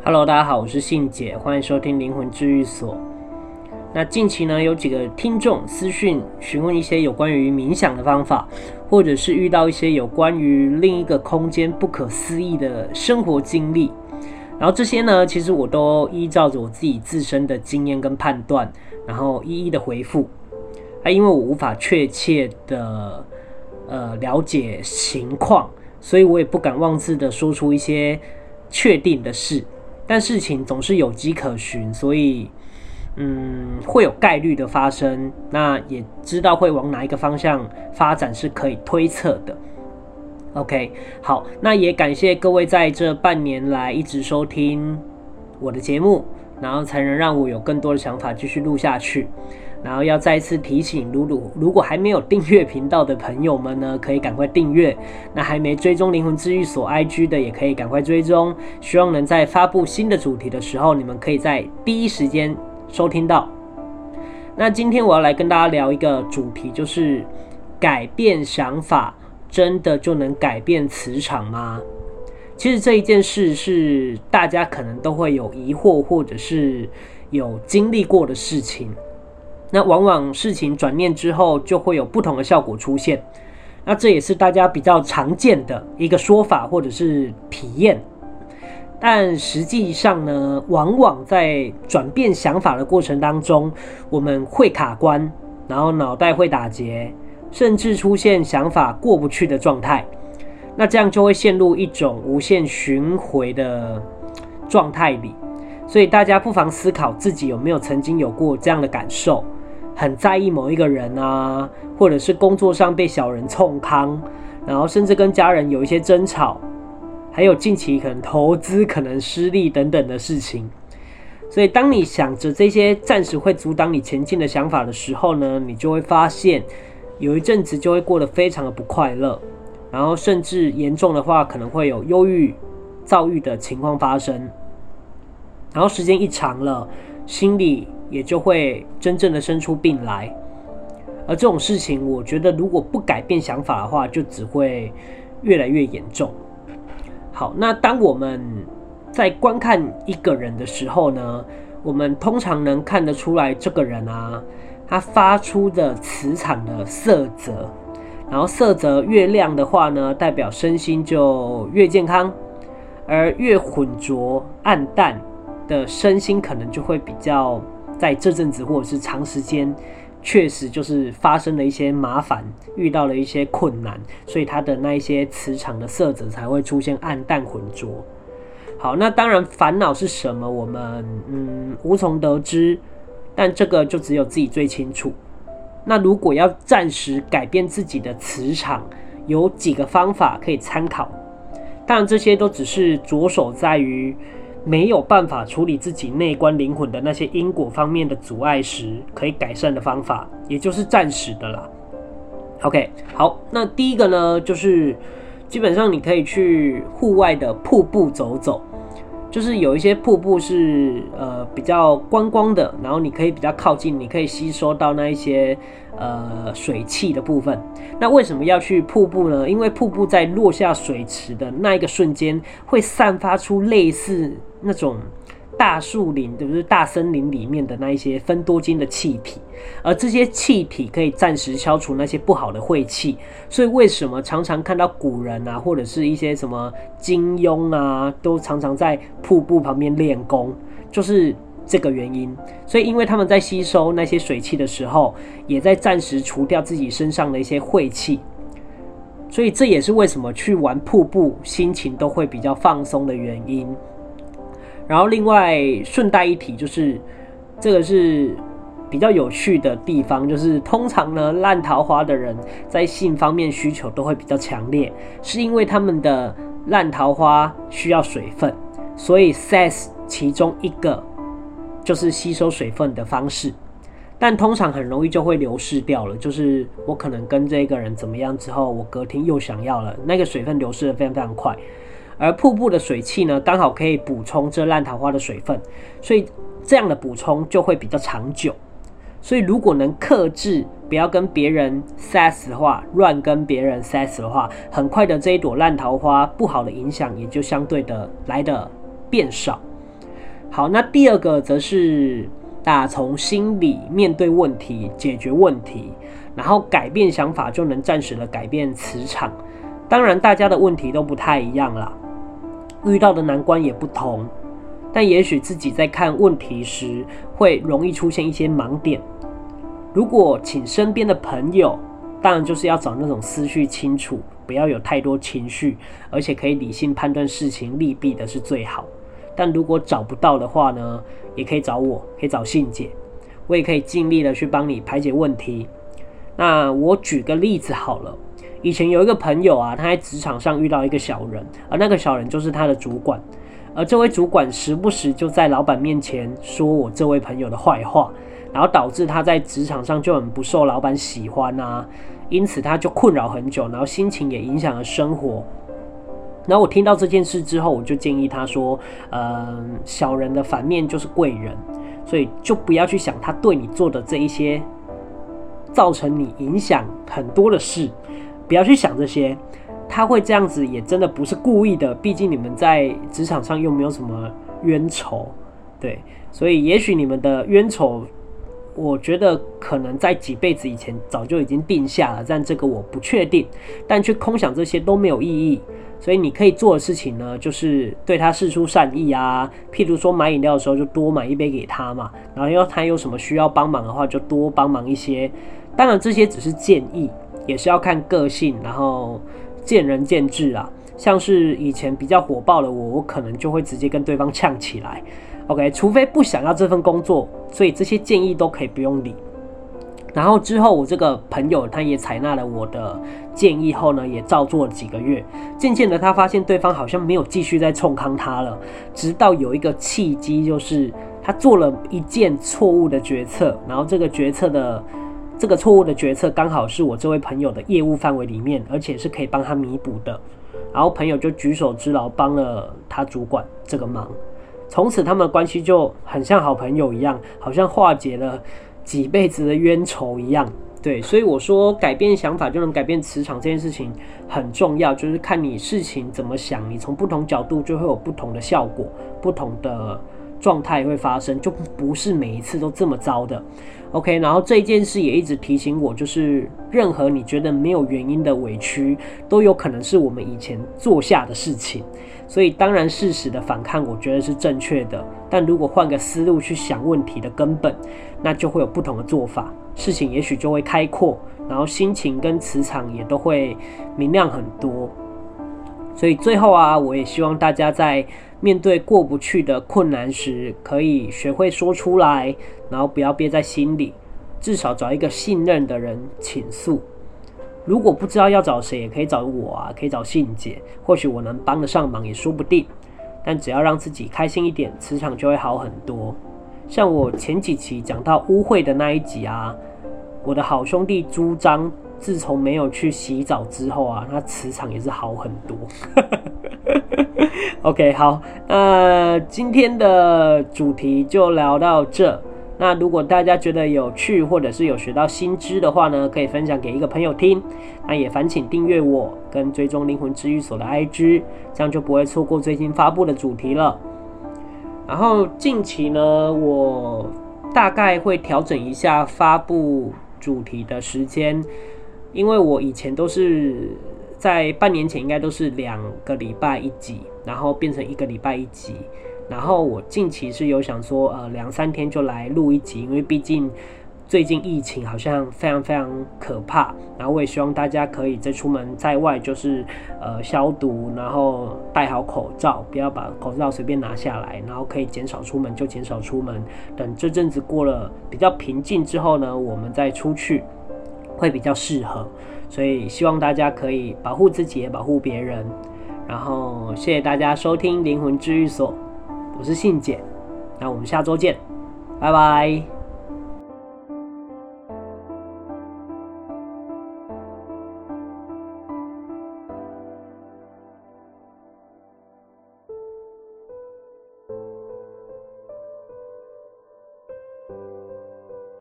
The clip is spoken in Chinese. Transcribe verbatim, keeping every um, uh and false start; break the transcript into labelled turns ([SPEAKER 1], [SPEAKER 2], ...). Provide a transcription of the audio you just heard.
[SPEAKER 1] Hello， 大家好，我是信姐，欢迎收听灵魂治愈所。那近期呢，有几个听众私讯询问一些有关于冥想的方法，或者是遇到一些有关于另一个空间不可思议的生活经历。然后这些呢，其实我都依照着我自己自身的经验跟判断，然后一一的回复。啊，因为我无法确切的呃了解情况，所以我也不敢妄自的说出一些确定的事。但事情总是有迹可循，所以嗯会有概率的发生，那也知道会往哪一个方向发展是可以推测的。OK， 好，那也感谢各位在这半年来一直收听我的节目，然后才能让我有更多的想法继续录下去。然后要再次提醒，如果如果还没有订阅频道的朋友们呢，可以赶快订阅。那还没追踪灵魂治愈所 I G 的，也可以赶快追踪。希望能在发布新的主题的时候，你们可以在第一时间收听到。那今天我要来跟大家聊一个主题，就是改变想法，真的就能改变磁场吗？其实这一件事是大家可能都会有疑惑，或者是有经历过的事情。那往往事情转念之后，就会有不同的效果出现。那这也是大家比较常见的一个说法或者是体验。但实际上呢，往往在转变想法的过程当中，我们会卡关，然后脑袋会打结，甚至出现想法过不去的状态。那这样就会陷入一种无限循环的状态里。所以大家不妨思考自己有没有曾经有过这样的感受。很在意某一个人啊，或者是工作上被小人冲康，然后甚至跟家人有一些争吵，还有近期可能投资可能失利等等的事情。所以当你想着这些暂时会阻挡你前进的想法的时候呢，你就会发现有一阵子就会过得非常的不快乐，然后甚至严重的话可能会有忧郁、躁郁的情况发生。然后时间一长了，心里也就会真正的生出病来。而这种事情，我觉得如果不改变想法的话，就只会越来越严重。好，那当我们在观看一个人的时候呢，我们通常能看得出来这个人啊，他发出的磁场的色泽，然后色泽越亮的话呢，代表身心就越健康，而越浑浊暗淡的身心可能就会比较在这阵子或者是长时间确实就是发生了一些麻烦，遇到了一些困难，所以它的那一些磁场的色泽才会出现暗淡浑浊。好，那当然烦恼是什么我们嗯无从得知，但这个就只有自己最清楚。那如果要暂时改变自己的磁场，有几个方法可以参考。当然这些都只是着手在于没有办法处理自己内观灵魂的那些因果方面的阻碍时，可以改善的方法，也就是暂时的啦。OK， 好，那第一个呢，就是基本上你可以去户外的瀑布走走，就是有一些瀑布是呃比较观光的，然后你可以比较靠近，你可以吸收到那一些呃水汽的部分。那为什么要去瀑布呢？因为瀑布在落下水池的那一个瞬间，会散发出类似那种大树林，对不对？大森林里面的那一些芬多精的气体，而这些气体可以暂时消除那些不好的晦气。所以为什么常常看到古人啊，或者是一些什么金庸啊，都常常在瀑布旁边练功，就是这个原因。所以因为他们在吸收那些水汽的时候，也在暂时除掉自己身上的一些晦气。所以这也是为什么去玩瀑布心情都会比较放松的原因。然后另外顺带一提，就是这个是比较有趣的地方，就是通常呢烂桃花的人在性方面需求都会比较强烈，是因为他们的烂桃花需要水分，所以 sex 其中一个就是吸收水分的方式。但通常很容易就会流失掉了，就是我可能跟这个人怎么样之后，我隔天又想要了，那个水分流失的非常非常快。而瀑布的水汽呢，刚好可以补充这烂桃花的水分，所以这样的补充就会比较长久。所以如果能克制，不要跟别人 sex 的话，乱跟别人 sex 的话，很快的这一朵烂桃花不好的影响也就相对的来的变少。 好，那第二个则是打从心里面对问题，解决问题，然后改变想法，就能暂时的改变磁场。当然，大家的问题都不太一样啦，遇到的难关也不同，但也许自己在看问题时会容易出现一些盲点。如果请身边的朋友，当然就是要找那种思绪清楚，不要有太多情绪，而且可以理性判断事情利弊的是最好。但如果找不到的话呢，也可以找我，可以找信姐，我也可以尽力的去帮你排解问题。那我举个例子好了，以前有一个朋友啊，他在职场上遇到一个小人，而那个小人就是他的主管，而这位主管时不时就在老板面前说我这位朋友的坏话，然后导致他在职场上就很不受老板喜欢啊，因此他就困扰很久，然后心情也影响了生活。然后我听到这件事之后，我就建议他说，呃，小人的反面就是贵人，所以就不要去想他对你做的这一些造成你影响很多的事，不要去想这些。他会这样子也真的不是故意的，毕竟你们在职场上又没有什么冤仇，对，所以也许你们的冤仇，我觉得可能在几辈子以前早就已经定下了，但这个我不确定。但去空想这些都没有意义，所以你可以做的事情呢，就是对他释出善意啊，譬如说买饮料的时候就多买一杯给他嘛，然后要他有什么需要帮忙的话就多帮忙一些。当然这些只是建议，也是要看个性，然后见仁见智啊。像是以前比较火爆的我，我可能就会直接跟对方呛起来。OK， 除非不想要这份工作，所以这些建议都可以不用理。然后之后我这个朋友他也采纳了我的建议后呢，也照做了几个月。渐渐的他发现对方好像没有继续在冲康他了，直到有一个契机，就是他做了一件错误的决策，然后这个决策的这个错误的决策刚好是我这位朋友的业务范围里面，而且是可以帮他弥补的。然后朋友就举手之劳帮了他主管这个忙，从此他们的关系就很像好朋友一样，好像化解了几辈子的冤仇一样。对，所以我说改变想法就能改变磁场这件事情很重要，就是看你事情怎么想，你从不同角度就会有不同的效果，不同的状态会发生，就不是每一次都这么糟的。OK， 然后这一件事也一直提醒我，就是任何你觉得没有原因的委屈，都有可能是我们以前做下的事情。所以当然适时的反抗，我觉得是正确的。但如果换个思路去想问题的根本，那就会有不同的做法，事情也许就会开阔，然后心情跟磁场也都会明亮很多。所以最后啊，我也希望大家在面对过不去的困难时，可以学会说出来，然后不要憋在心里，至少找一个信任的人倾诉。如果不知道要找谁，也可以找我啊，可以找信姐，或许我能帮得上忙也说不定。但只要让自己开心一点，磁场就会好很多。像我前几期讲到污秽的那一集啊，我的好兄弟朱章，自从没有去洗澡之后啊，他磁场也是好很多。OK， 好，那今天的主题就聊到这。那如果大家觉得有趣，或者是有学到新知的话呢，可以分享给一个朋友听。那也烦请订阅我跟追踪灵魂治愈所的 I G， 这样就不会错过最近发布的主题了。然后近期呢，我大概会调整一下发布主题的时间，因为我以前都是在半年前应该都是两个礼拜一集，然后变成一个礼拜一集。然后我近期是有想说，呃，两三天就来录一集，因为毕竟最近疫情好像非常非常可怕。然后我也希望大家可以在出门在外就是呃消毒，然后戴好口罩，不要把口罩随便拿下来，然后可以减少出门就减少出门。等这阵子过了比较平静之后呢，我们再出去会比较适合。所以希望大家可以保护自己，也保护别人。然后谢谢大家收听灵魂治愈所。我是信姐，那我们下周见，拜拜。